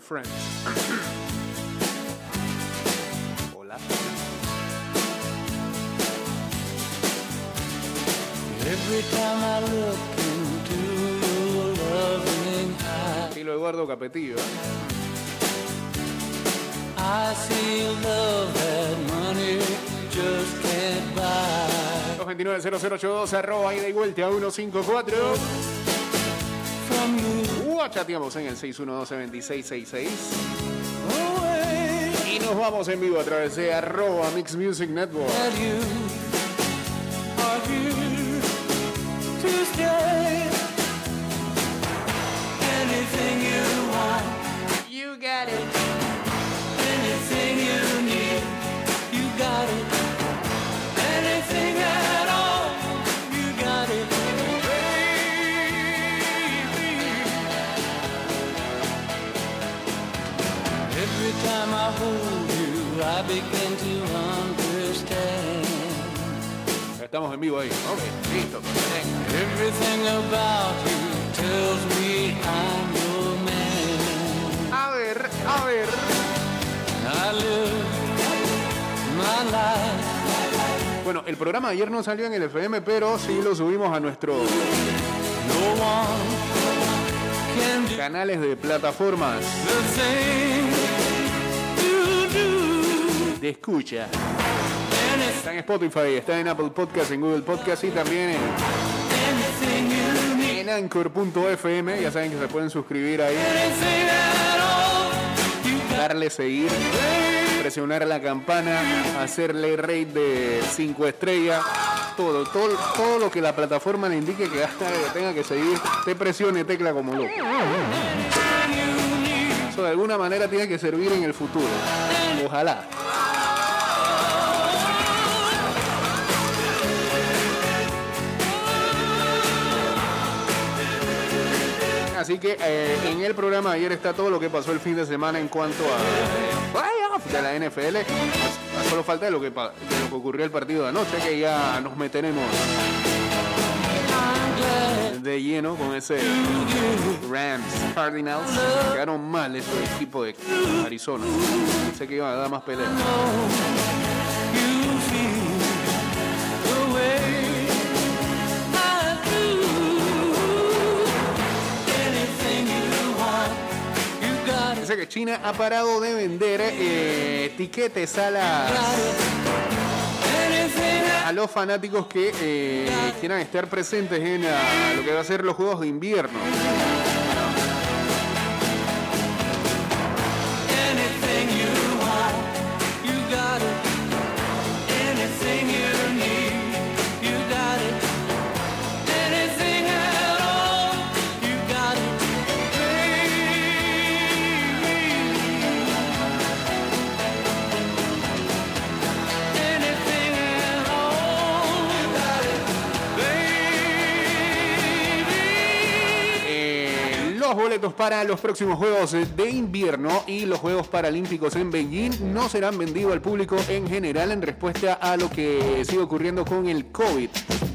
Friends. Hola. Every time I look into your loving eyes, Estilo Eduardo Capetillo. I see love that money just can't buy. 229-0082, arroba ida y vuelta a 154. From you O chateamos en el 612-2666. away, Y nos vamos en vivo a través de arroba Mix Music Network. that you are here to stay. Anything you want, You got it. anything you need, you got it. Anything at all, you got it. Every time I hold you, I begin to understand. Estamos en vivo ahí. Ok, listo. Venga. Everything about you tells me I'm your man. A ver, a ver. I live my life. Bueno, el programa ayer no salió en el FM, pero sí lo subimos a nuestros No one can do canales de plataformas the thing you do. de escucha. Anything, Está en Spotify, está en Apple Podcast, en Google Podcast y también anything you need, en Anchor.fm. Ya saben que se pueden suscribir ahí, anything at all, you got darle seguir, presionar la campana, hacerle rate de 5 estrellas. Todo lo que la plataforma le indique que tenga que seguir, te presione tecla como loco. Eso de alguna manera tiene que servir en el futuro. Ojalá. Así que en el programa de ayer está todo lo que pasó el fin de semana en cuanto a playoff de la NFL. Solo falta de lo que ocurrió el partido de anoche, que ya nos meteremos de lleno con ese Rams Cardinals. Quedaron mal ese equipo de Arizona. Sé que iban a dar más peleas. you feel the way I do. Anything you want, you got it. Dice que China ha parado de vender tiquetes a los fanáticos que quieran estar presentes en lo que va a ser los Juegos de Invierno. Anything you want, you got it. Anything you need, you got it. Anything at all, you got it. Anything at all, you got it. Baby. Los boletos para los próximos Juegos de Invierno y los Juegos Paralímpicos en Beijing no serán vendidos al público en general en respuesta a lo que sigue ocurriendo con el COVID.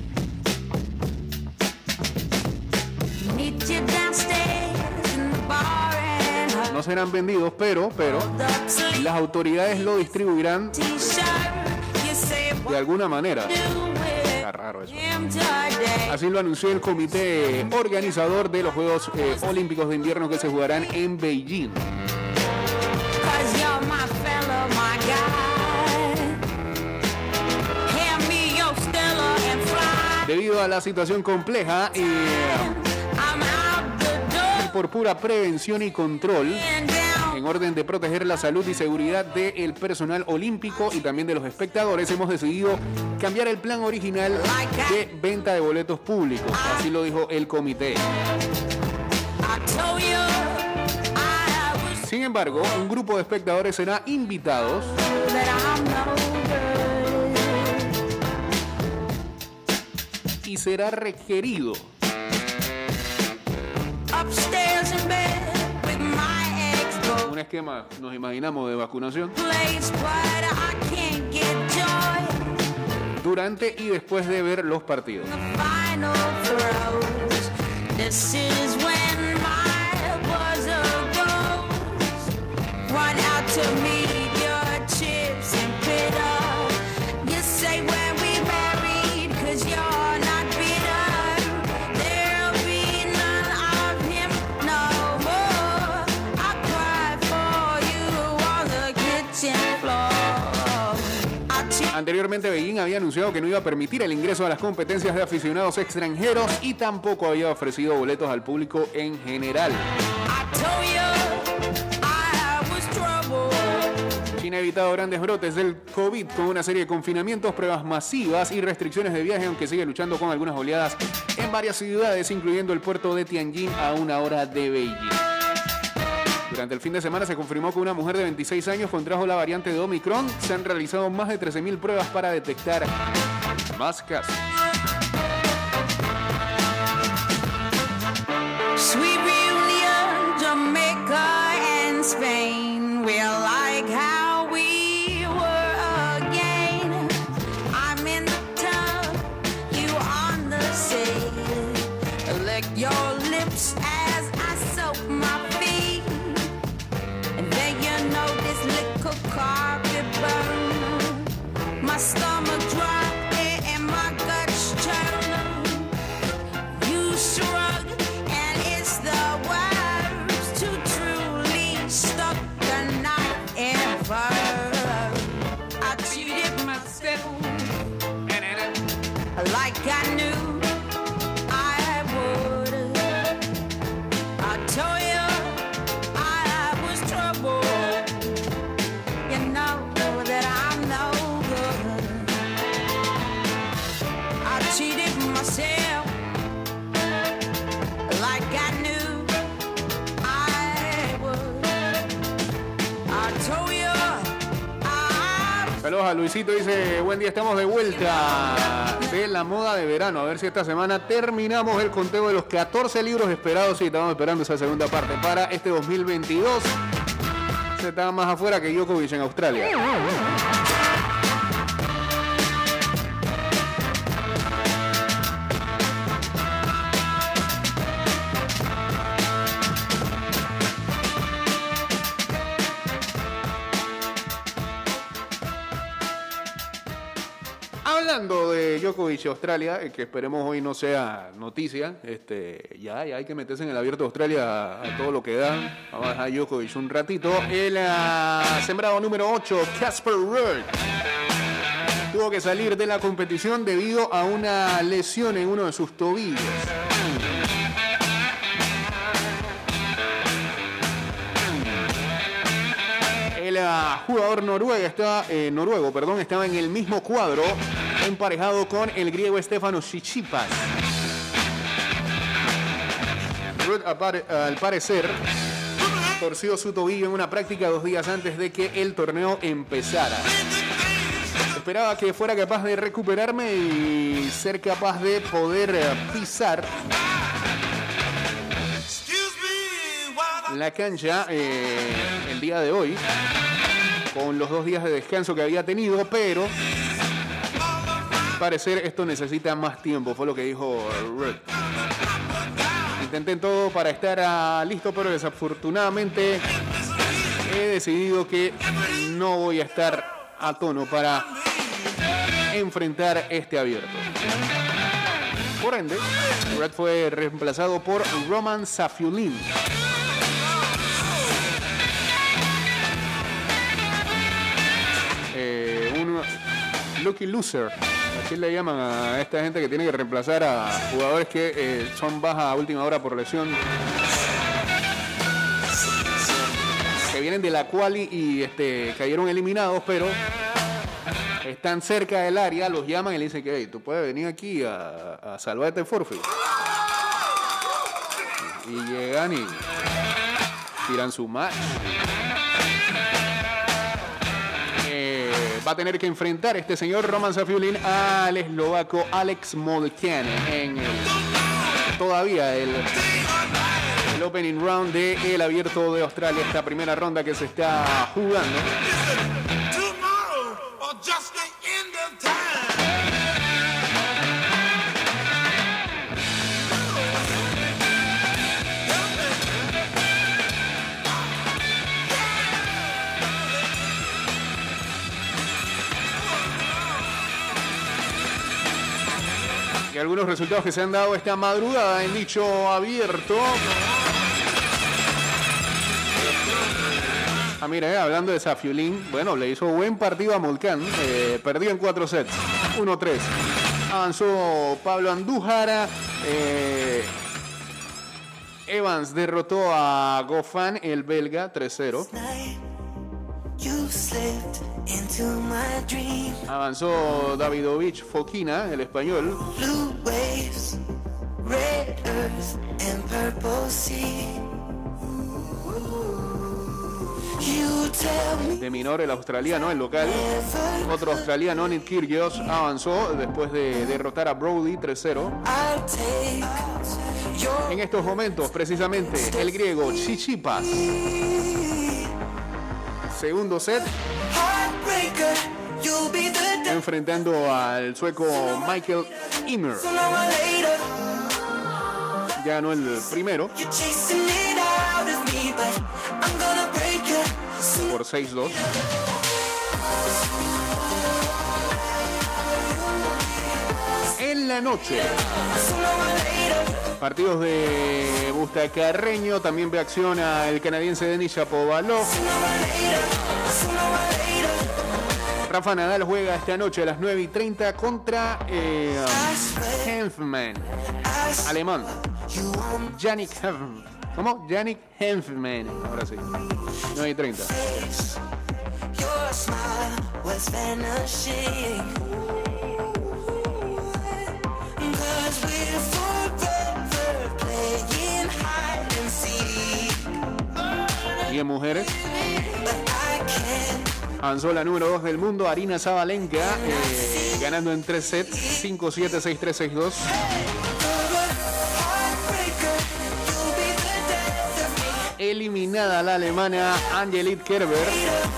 Meet you downstairs in the bar and No serán vendidos, pero las autoridades lo distribuirán t-shirt. You say de what alguna manera. do with Está raro eso. him today. Así lo anunció el comité organizador de los Juegos Olímpicos de Invierno que se jugarán en Beijing. 'Cause you're my fella, my guy. Hand me your Stella and fly. Debido a la situación compleja y I'm out the door por pura prevención y control, and down. en orden de proteger la salud y seguridad del personal olímpico y también de los espectadores, hemos decidido cambiar el plan original de venta de boletos públicos. Así lo dijo el comité. I told you I was Sin embargo, un grupo de espectadores será invitados that I'm no good. y será requerido Upstairs in bed with my ex-boy. un esquema, nos imaginamos, de vacunación Place, but I can't get joy. durante y después de ver los partidos. The final throws. This is when my buzzer goes. to meet your chips and bitter. You say when we married, 'cause you're not bitter. There'll be none of him no more. I cry for you on the kitchen floor. Anteriormente, Beijing había anunciado que no iba a permitir el ingreso a las competencias de aficionados extranjeros y tampoco había ofrecido boletos al público en general. I told you I was trouble. China ha evitado grandes brotes del COVID con una serie de confinamientos, pruebas masivas y restricciones de viaje, aunque sigue luchando con algunas oleadas en varias ciudades, incluyendo el puerto de Tianjin a 1 hora de Beijing. Durante el fin de semana se confirmó que una mujer de 26 años contrajo la variante de Omicron. Se han realizado más de 13.000 pruebas para detectar más casos. Sweet reunion, Jamaica and Spain. We're like how we were again. I'm in the tub, you on the sea. Lick your lips as I soak my feet. And then you know this little carpet burn. My stomach drop and my guts churn. You shrug and it's the words to truly stuck the knife ever. I cheated myself like I knew I would. I told you I was trouble. You know that I'm no good. I cheated myself like I knew I would. I told you I Saludos a Luisito, dice, buen día, estamos de vuelta de la moda de verano. A ver si esta semana terminamos el conteo de los 14 libros esperados. Sí, estamos esperando esa segunda parte para este 2022. Se estaba más afuera que Djokovic en Australia. Hablando de Djokovic y Australia, que esperemos hoy no sea noticia, ya hay que meterse en el Abierto de Australia a todo lo que da. Vamos a dejar a Djokovic un ratito. El sembrado número 8, Casper Ruud, tuvo que salir de la competición debido a una lesión en uno de sus tobillos. El jugador noruego estaba en el mismo cuadro, emparejado con el griego Stefanos Tsitsipas. Ruud, al parecer, torció su tobillo en una práctica 2 días antes de que el torneo empezara. Esperaba que fuera capaz de recuperarme y ser capaz de poder pisar la cancha el día de hoy, con los 2 días de descanso que había tenido, pero al parecer esto necesita más tiempo, fue lo que dijo Ruud. Intenté todo para estar listo, pero desafortunadamente he decidido que no voy a estar a tono para enfrentar este abierto. Por ende, Ruud fue reemplazado por Roman Safiullin. Un lucky loser, así le llaman a esta gente que tiene que reemplazar a jugadores que son baja a última hora por lesión, que vienen de la quali y cayeron eliminados, pero están cerca del área, los llaman y le dicen que hey, tú puedes venir aquí a salvarte el forfeit. Y llegan y tiran su match. Va a tener que enfrentar este señor Roman Safiullin al eslovaco Alex Molcan en todavía el opening round del Abierto de Australia, esta primera ronda que se está jugando. Y algunos resultados que se han dado esta madrugada en dicho abierto. Ah, mira, hablando de Safiulín, bueno, le hizo buen partido a Molcán. Perdió en 4 sets. 1-3. Avanzó Pablo Andújar. Evans derrotó a Goffin, el belga, 3-0. You slipped into my dream. Avanzó Davidovich Fokina, el español. Blue waves, red earth and purple sea. You tell me De Minor, el australiano, el local. never Otro australiano, Nick Kyrgios, avanzó después de derrotar a Brody 3-0. I'll take your En estos momentos, precisamente, el griego Tsitsipas. Segundo set, heartbreaker. You'll be the death enfrentando al sueco Michael Ymer. sooner or later. Ya ganó el primero You're chasing it out of me, but I'm gonna break you sooner. por 6-2. En la noche, Sooner or later. partidos de Bustacarreño, también ve acción al canadiense Denis Shapovalov. Sooner or later. Sooner or later. Rafa Nadal juega esta noche a las 9:30 contra I swear, Hanfmann, I swear alemán. you want Yannick Hanfmann. ¿Cómo? Yannick Hanfmann. Ahora sí. 9:30. face. Your smile was vanishing. 'Cause we're forever playing hide and seek. Y en mujeres, But I can't. avanzó la número 2 del mundo, Arina Sabalenka, ganando en 3 sets, 5-7, 6-3, 6-2. Heartbreaker. You'll be the death of me. Eliminada la alemana Angelique Kerber,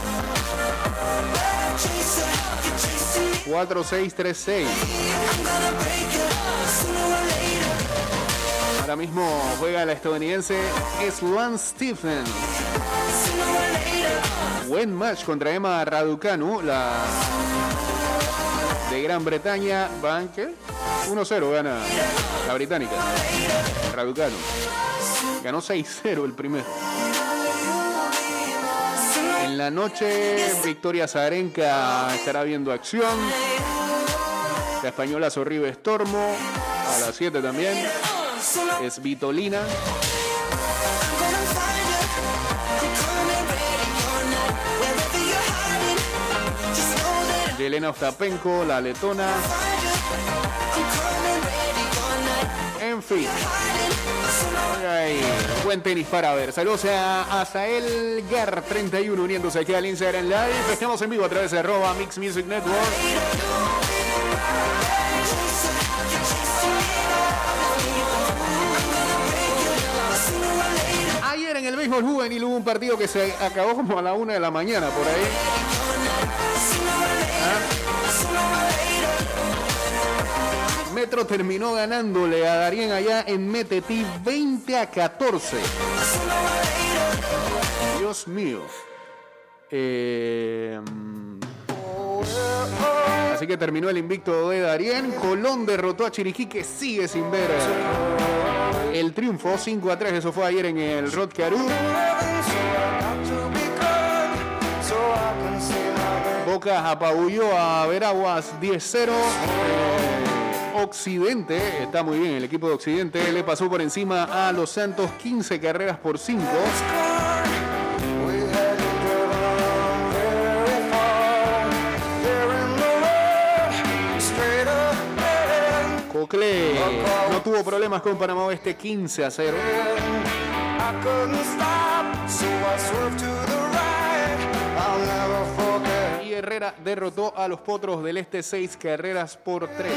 Chaser, you're chasing me. 4-6, 3-6. I'm gonna break you sooner or later. Ahora mismo juega la estadounidense Sloane Stephens. Sooner or later. Buen match contra Emma Raducanu, la de Gran Bretaña. ¿Van qué? 1-0 gana la británica. Raducanu. Ganó 6-0 el primero. En la noche, Victoria Azarenka estará viendo acción. La española Sorribe Stormo. A las 7 también. Es Vitolina. I'm gonna find you. I'm coming ready or not. Wherever you're hiding, just know that I'll Yelena Ostapenko, la letona. find you. I'm coming ready or not. En fin. Hiding, sooner or Ay, buen tenis para ver. Saludos a Azael Gar31 uniéndose aquí al Instagram Live. Estamos en vivo a través de @Mix Music Network. chaser, you're chasing me. I'm gonna break you sooner or later. Ayer en el béisbol juvenil hubo un partido que se acabó como a la 1 de la mañana por ahí. Sooner or later. Sooner or later. Metro terminó ganándole a Darien allá en Metetí 20-14. Sooner or later. Dios mío. Así que terminó el invicto de Darien. Colón derrotó a Chiriquí, que sigue sin ver el triunfo. 5-3, eso fue ayer en el Rod Carew. Boca apabulló a Veraguas 10-0. Occidente, está muy bien el equipo de Occidente, le pasó por encima a Los Santos 15 carreras por 5. Cocle no tuvo problemas con Panamá Oeste, 15-0. Y Herrera derrotó a los Potros del Este 6 carreras por 3.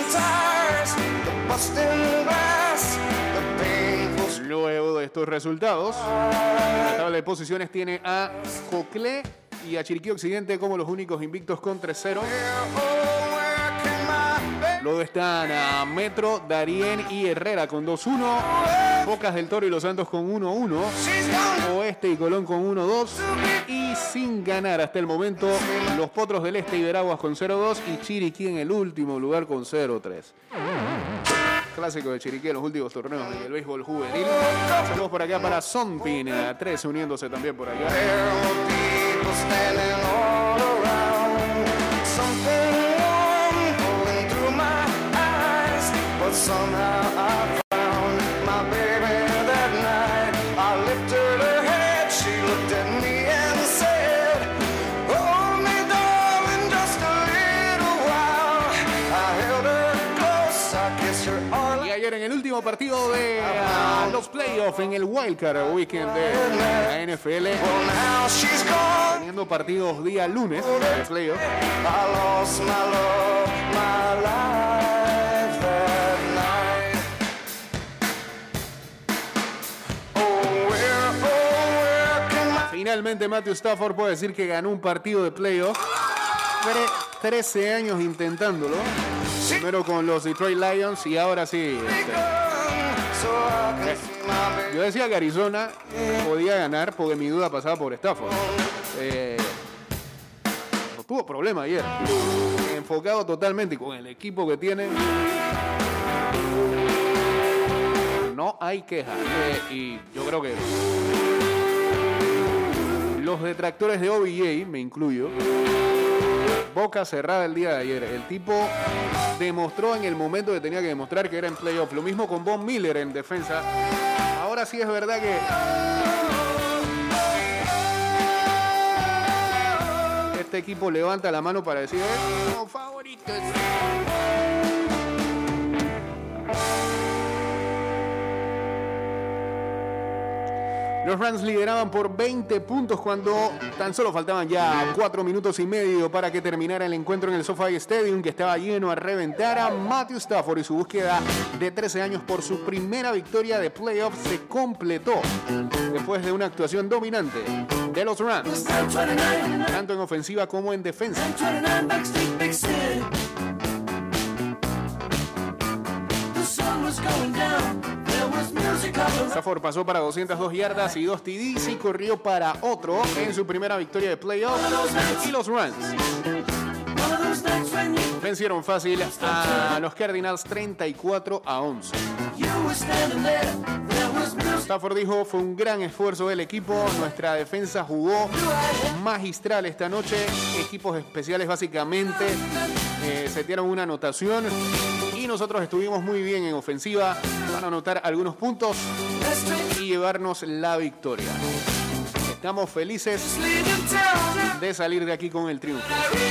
Luego de estos resultados, la tabla de posiciones tiene a Cocle y a Chiriquí Occidente como los únicos invictos con 3-0. Luego están a Metro, Darien y Herrera con 2-1. Bocas del Toro y Los Santos con 1-1. Oeste y Colón con 1-2. Y sin ganar hasta el momento, los Potros del Este y Veraguas con 0-2. Y Chiriquí en el último lugar con 0-3. clásico de Chiriquí en los últimos torneos del béisbol juvenil. Saludos por acá para Sonpin, 13 uniéndose también por acá. There were people standing all around. Something warm pulling through my eyes, but somehow I found my baby that night. I lifted her head, she looked at me and said, "Hold me, darling, just a little while." I held her close, I kissed her all. Y ayer en el último partido de los playoffs en el Wildcard Weekend de la NFL, Well, now she's gone. teniendo partidos día lunes de playoffs, I lost my love, my life that night. Where can my... finalmente Matthew Stafford puede decir que ganó un partido de playoffs. 13 años intentándolo. Primero con los Detroit Lions y ahora sí. So I can see my baby. Yo decía que Arizona podía ganar porque mi duda pasaba por Stafford. No tuvo problema ayer. Enfocado totalmente con el equipo que tiene. No hay queja. Y yo creo que los detractores de OBJ, me incluyo, boca cerrada el día de ayer. El tipo demostró en el momento que tenía que demostrar que era en playoff. Lo mismo con Von Miller en defensa. Ahora sí es verdad que este equipo levanta la mano para decir "No, favoritos". Los Rams lideraban por 20 puntos cuando tan solo faltaban ya 4 minutos y medio para que terminara el encuentro en el SoFi Stadium, que estaba lleno a reventar. A Matthew Stafford y su búsqueda de 13 años por su primera victoria de playoffs se completó después de una actuación dominante de los Rams, tanto en ofensiva como en defensa. Stafford pasó para 202 yardas y 2 TDs y corrió para otro en su primera victoria de playoff. Y los Rams vencieron fácil a los Cardinals 34-11. Stafford dijo: fue un gran esfuerzo del equipo, nuestra defensa jugó magistral esta noche, equipos especiales básicamente setearon una anotación y nosotros estuvimos muy bien en ofensiva para anotar algunos puntos y llevarnos la victoria. Estamos felices de salir de aquí con el triunfo.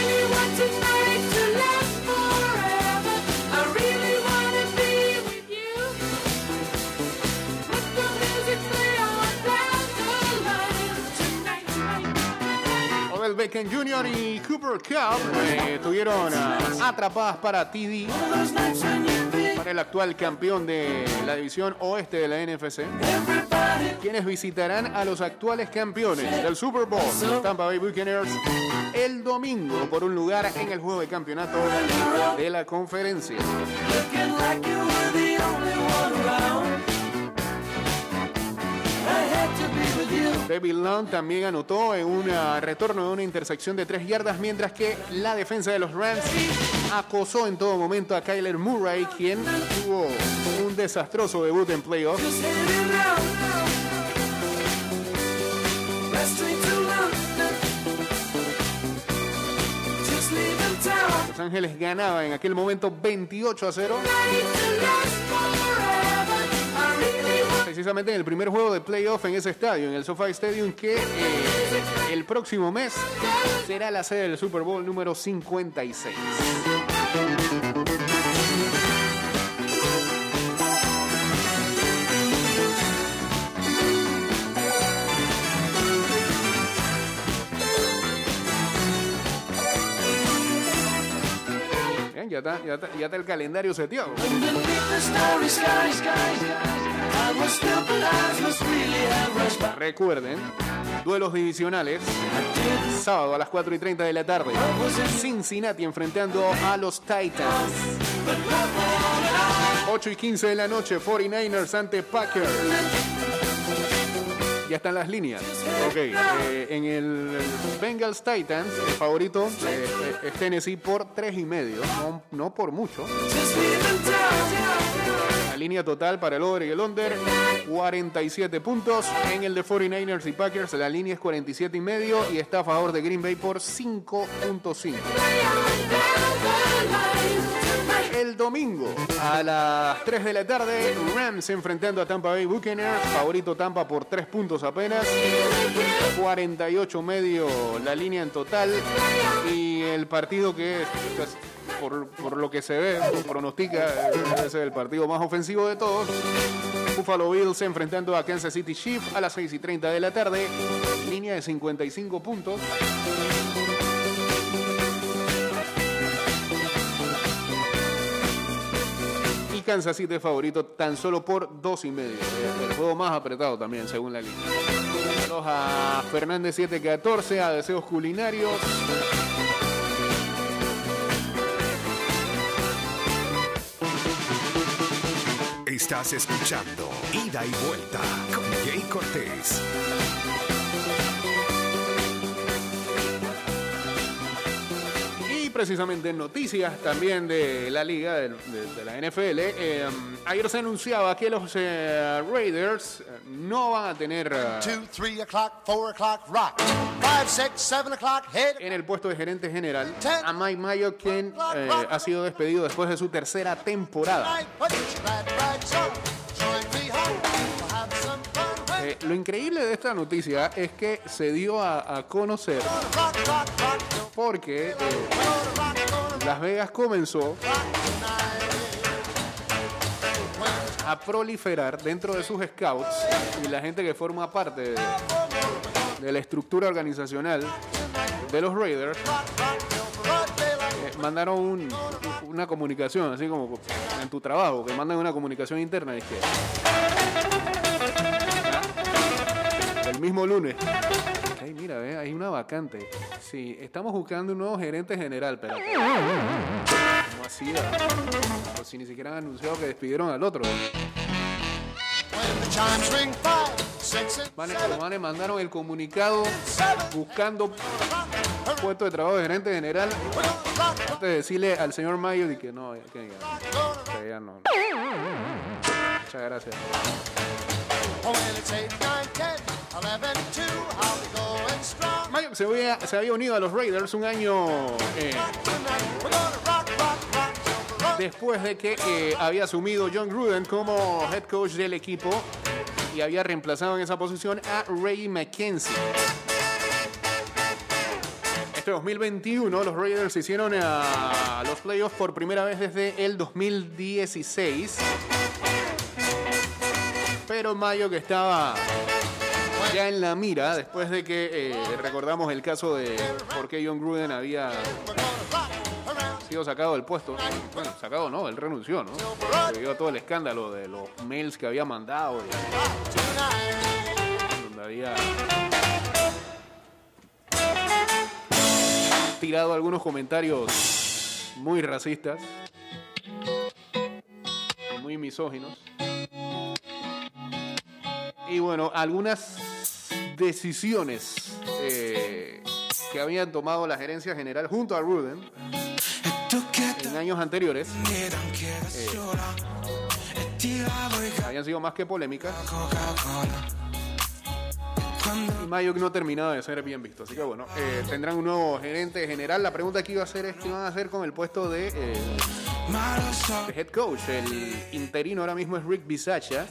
Odell Beckham Jr. y Cooper Kupp estuvieron atrapadas para TD, para el actual campeón de la división oeste de la NFC, quienes visitarán a los actuales campeones del Super Bowl, los Tampa Bay Buccaneers, el domingo por un lugar en el juego de campeonato de la conferencia. David Long también anotó en un retorno de una intersección de 3 yardas, mientras que la defensa de los Rams acosó en todo momento a Kyler Murray, quien tuvo un desastroso debut en playoffs. Los Ángeles ganaba en aquel momento 28-0. Precisamente en el primer juego de playoff en ese estadio, en el SoFi Stadium, que el próximo mes será la sede del Super Bowl número 56. Bien, ya está el calendario seteado. Recuerden, duelos divisionales, sábado a las 4:30 de la tarde, Cincinnati enfrentando a los Titans. 8:15 de la noche, 49ers ante Packers. Ya están las líneas. Ok, en el Bengals Titans, el favorito es Tennessee por 3.5, no por mucho. línea total para el over y el under, 47 puntos. En el de 49ers y Packers, la línea es 47,5 y está a favor de Green Bay por 5.5. El domingo a las 3 de la tarde, Rams enfrentando a Tampa Bay Buccaneers. Favorito Tampa por 3 puntos apenas. 48,5 la línea en total. Y el partido que, pues, por lo que se ve, pronostica, es el partido más ofensivo de todos. Buffalo Bills enfrentando a Kansas City Chiefs a las 6:30 de la tarde. Línea de 55 puntos. Kansas City favorito tan solo por 2.5. El juego más apretado también, según la línea. Saludos a Fernández 714, a Deseos Culinarios. Estás escuchando Ida y Vuelta con Jay Cortés. Precisamente en noticias también de la liga, de la NFL, ayer se anunciaba que los Raiders no van a tener 2, 3 o'clock, 4 o'clock, rock. 5, 6, 7 o'clock, head. en el puesto de gerente general a Mike Mayock, quien ha sido despedido después de su tercera temporada. Lo increíble de esta noticia es que se dio a conocer porque Las Vegas comenzó a proliferar dentro de sus scouts y la gente que forma parte de la estructura organizacional de los Raiders. Mandaron una comunicación, así como en tu trabajo, que mandan una comunicación interna. Dije, el mismo lunes. Ay, mira, hay una vacante. Sí, estamos buscando un nuevo gerente general, pero ¿cómo así? Pues si ni siquiera han anunciado que despidieron al otro. Los manes mandaron el comunicado buscando puesto de trabajo de gerente general antes de decirle al señor Mayo de que no, que ya no. Muchas gracias. Mayo se había unido a los Raiders un año después de que había asumido John Gruden como head coach del equipo y había reemplazado en esa posición a Ray McKenzie. Este 2021 los Raiders hicieron a los playoffs por primera vez desde el 2016. Pero Mayo, que estaba ya en la mira después de que recordamos el caso de por qué John Gruden había sido sacado del puesto. Bueno, sacado no, él renunció, ¿no? Debido a todo el escándalo de los mails que había mandado, donde había tirado algunos comentarios muy racistas, muy misóginos. Y bueno, algunas decisiones que habían tomado la gerencia general junto a Gruden en años anteriores habían sido más que polémicas. Y Mayock no terminaba de ser bien visto. Así que bueno, tendrán un nuevo gerente general. La pregunta que iba a hacer es qué van a hacer con el puesto de head coach. El interino ahora mismo es Rick Bisaccia.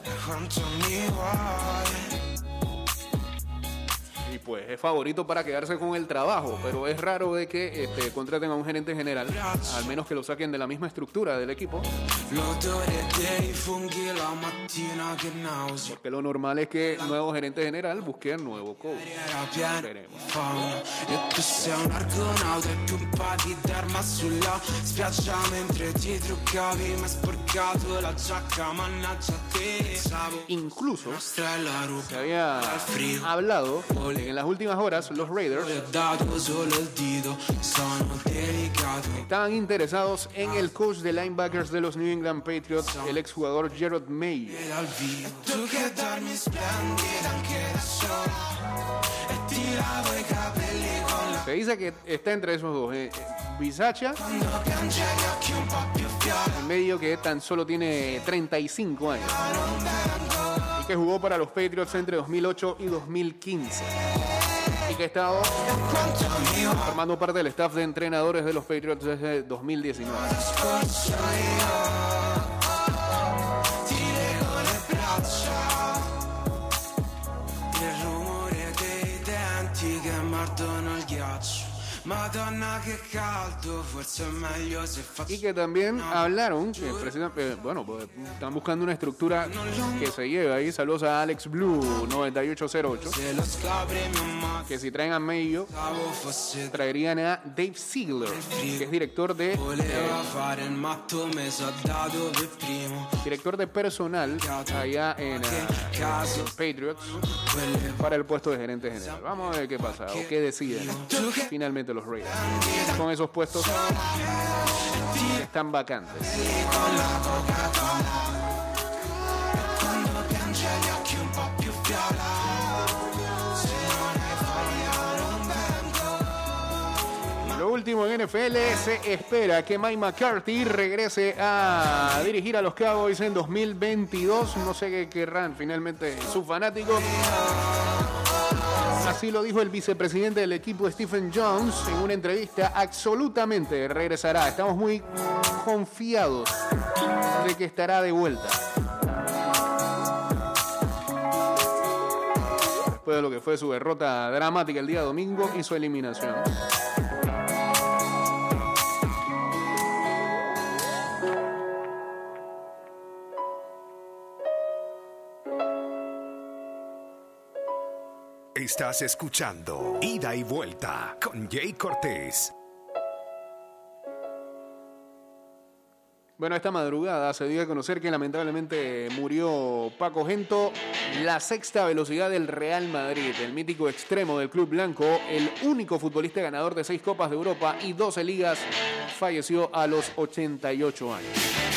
Y pues es favorito para quedarse con el trabajo, pero es raro de que contraten a un gerente general, al menos que lo saquen de la misma estructura del equipo. Porque lo normal es que el nuevo gerente general busque un nuevo coach. Veremos. Incluso se había hablado en las últimas horas, los Raiders estaban interesados en el coach de linebackers de los New England Patriots, el exjugador Gerard May. Se dice que está entre esos dos, Bisaccia En medio que tan solo tiene 35 años. Y que jugó para los Patriots entre 2008 y 2015. Y que ha estado formando parte del staff de entrenadores de los Patriots desde 2019. Il rumore dei denti che mordono il ghiaccio. Madonna che caldo, forse è meglio se faccio. Y que también hablaron, que bueno, pues están buscando una estructura que se lleve ahí. Saludos a Alex Blue 9808. Se lo scopri mia mamma Que si traen a Mayo, fosse traerían a Dave Ziegler, que es director de voleva fare il matto mi so dato per primo. personal allá en los Patriots para el puesto de gerente general. Vamos a ver qué pasa o qué deciden finalmente los Raiders con esos puestos que están vacantes. Lo último en NFL, se espera que Mike McCarthy regrese a dirigir a los Cowboys en 2022. No sé qué querrán finalmente sus fanáticos. Así lo dijo el vicepresidente del equipo, Stephen Jones, en una entrevista. Absolutamente regresará. Estamos muy confiados de que estará de vuelta. Después de lo que fue su derrota dramática el día domingo y su eliminación. Estás escuchando Ida y Vuelta con Jay Cortés. Bueno, esta madrugada se dio a conocer que lamentablemente murió Paco Gento, la sexta velocidad del Real Madrid, el mítico extremo del club blanco, el único futbolista ganador de 6 Copas de Europa y 12 ligas, falleció a los 88 años.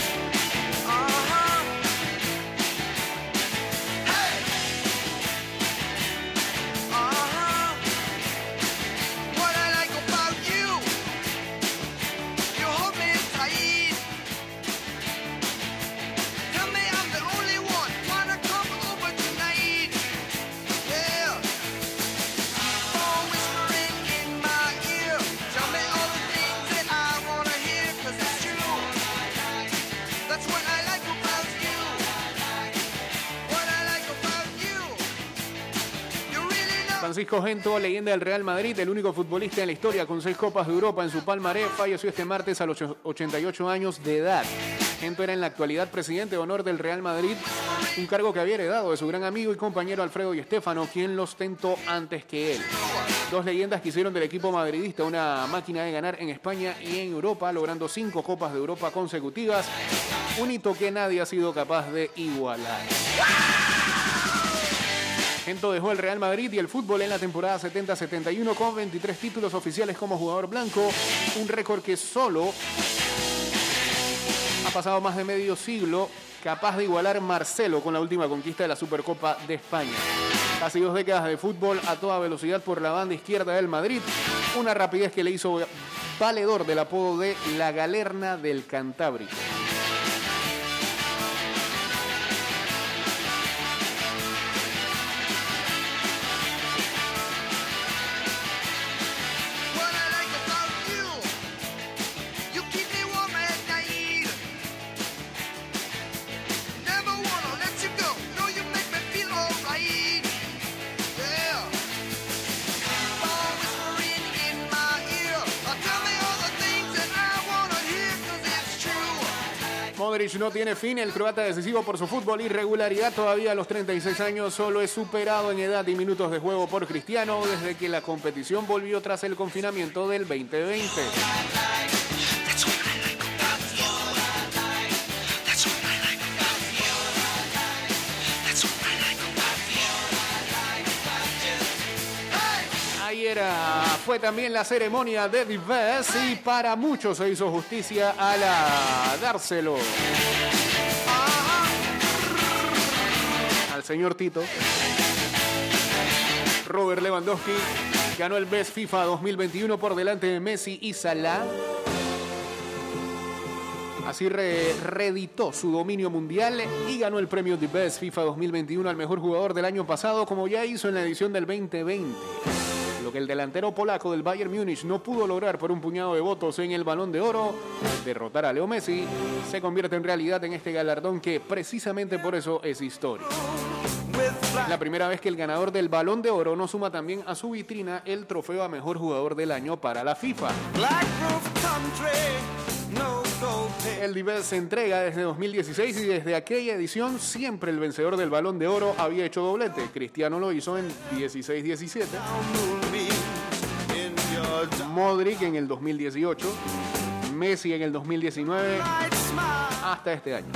Francisco Gento, leyenda del Real Madrid, el único futbolista en la historia con 6 Copas de Europa en su palmarés, falleció este martes a los 88 años de edad. Gento era en la actualidad presidente de honor del Real Madrid, un cargo que había heredado de su gran amigo y compañero Alfredo Di Stéfano, quien lo ostentó antes que él. Dos leyendas que hicieron del equipo madridista una máquina de ganar en España y en Europa, logrando 5 Copas de Europa consecutivas, un hito que nadie ha sido capaz de igualar. Gento dejó el Real Madrid y el fútbol en la temporada 70-71 con 23 títulos oficiales como jugador blanco, un récord que solo ha pasado más de medio siglo, capaz de igualar Marcelo con la última conquista de la Supercopa de España. Casi 2 décadas de fútbol a toda velocidad por la banda izquierda del Madrid, una rapidez que le hizo valedor del apodo de la Galerna del Cantábrico. Modric no tiene fin, el croata decisivo por su fútbol y regularidad todavía a los 36 años solo es superado en edad y minutos de juego por Cristiano desde que la competición volvió tras el confinamiento del 2020. Ayer fue también la ceremonia de Divés y para muchos se hizo justicia al dárselo al señor Tito. Robert Lewandowski ganó el Best FIFA 2021 por delante de Messi y Salah. Así reeditó su dominio mundial y ganó el premio The Best FIFA 2021 al mejor jugador del año pasado, como ya hizo en la edición del 2020. Lo que el delantero polaco del Bayern Múnich no pudo lograr por un puñado de votos en el Balón de Oro, derrotar a Leo Messi, se convierte en realidad en este galardón que precisamente por eso es histórico. Es la primera vez que el ganador del Balón de Oro no suma también a su vitrina el trofeo a mejor jugador del año para la FIFA. El The Best se entrega desde 2016 y desde aquella edición siempre el vencedor del Balón de Oro había hecho doblete. Cristiano lo hizo en 16-17, Modric en el 2018, Messi en el 2019, hasta este año.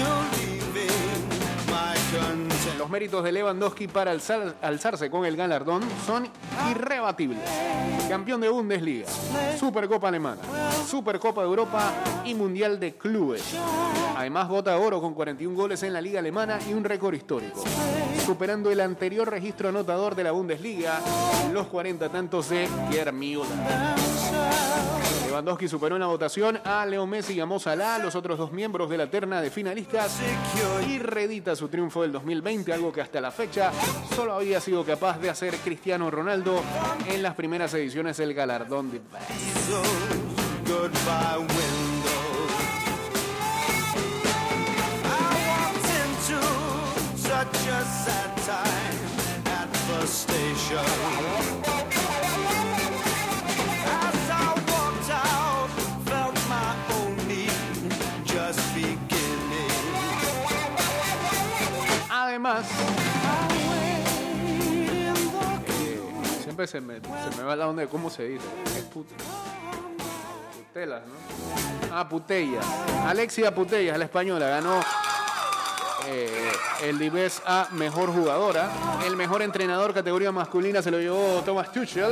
Los méritos de Lewandowski para alzarse con el galardón son irrebatibles. Campeón de Bundesliga, Supercopa Alemana, Supercopa de Europa y Mundial de Clubes. Además bota oro con 41 goles en la Liga Alemana y un récord histórico, superando el anterior registro anotador de la Bundesliga, los 40 tantos de Gerd Müller. Lewandowski superó en la votación a Leo Messi y a Mo Salah, los otros dos miembros de la terna de finalistas, y reedita su triunfo del 2020, algo que hasta la fecha solo había sido capaz de hacer Cristiano Ronaldo en las primeras ediciones del galardón de Además, siempre se me va la onda de cómo se dice. Es Putelas, ¿no? Putellas. Alexia Putellas, la española, ganó el The Best a mejor jugadora. El mejor entrenador categoría masculina se lo llevó Thomas Tuchel.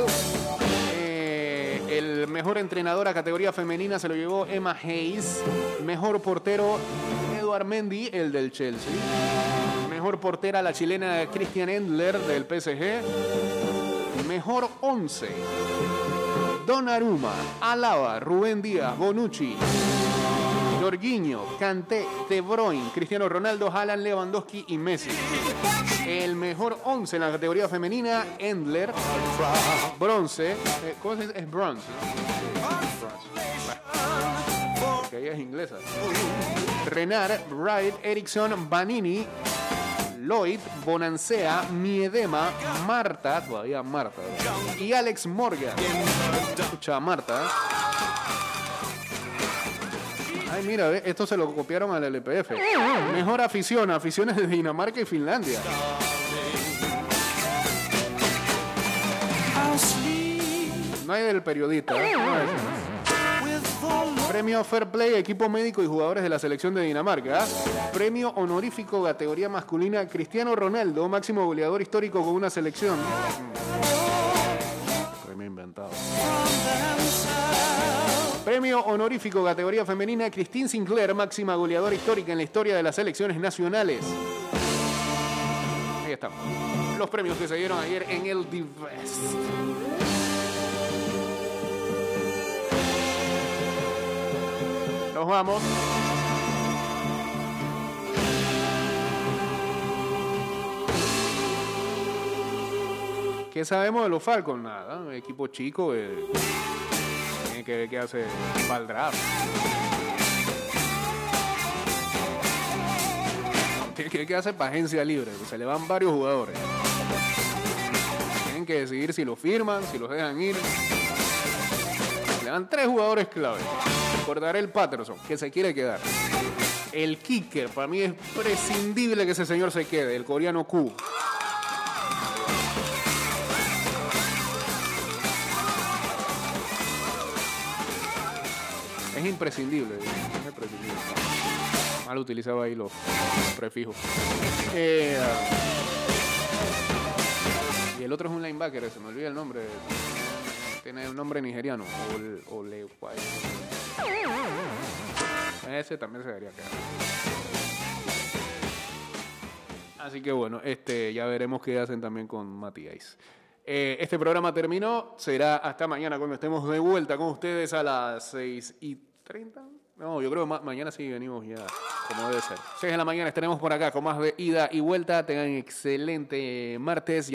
El mejor entrenadora categoría femenina se lo llevó Emma Hayes. Mejor portero Eduard Mendy, el del Chelsea. Mejor portera la chilena Christian Endler del PSG. Mejor 11. Donnarumma, Alaba, Rubén Díaz, Bonucci, Jorginho, Kanté, De Bruyne, Cristiano Ronaldo, Haaland, Lewandowski y Messi. El mejor 11 en la categoría femenina, Endler. Bronce. ¿Cómo se dice? Es bronze, ¿no? Bueno, porque ella es inglesa. Renard, Wright, Eriksson, Vanini, Lloyd, Bonansea, Miedema, Marta, todavía Marta, ¿verdad? Y Alex Morgan. Escucha, Marta. Ay, mira, esto se lo copiaron al LPF. Mejor afición, aficiones de Dinamarca y Finlandia. No hay del periodista, ¿eh? No hay. Premio Fair Play, equipo médico y jugadores de la selección de Dinamarca. Premio honorífico, categoría masculina, Cristiano Ronaldo, máximo goleador histórico con una selección. Me he inventado. Premio honorífico, categoría femenina, Christine Sinclair, máxima goleadora histórica en la historia de las selecciones nacionales. Ahí estamos. Los premios que se dieron ayer en el The Best. Nos vamos. ¿Qué sabemos de los Falcons? Nada, un equipo chico tiene que ver qué hace para el draft. Tiene que ver qué hace para agencia libre. Se le van varios jugadores. Tienen que decidir si lo firman, si los dejan ir. Le dan 3 jugadores clave. Cordarel Patterson, que se quiere quedar. El kicker, para mí es prescindible que ese señor se quede, el coreano Q. Es imprescindible. Mal utilizaba ahí los prefijos. Y el otro es un linebacker, se me olvida el nombre. Tiene un nombre nigeriano. Ese también se debería quedar. Así que bueno, ya veremos qué hacen también con Matías. Este programa terminó. Será hasta mañana cuando estemos de vuelta con ustedes a las 6:30. No, yo creo que mañana sí venimos ya, como debe ser. 6 de la mañana estaremos por acá con más de ida y vuelta. Tengan excelente martes.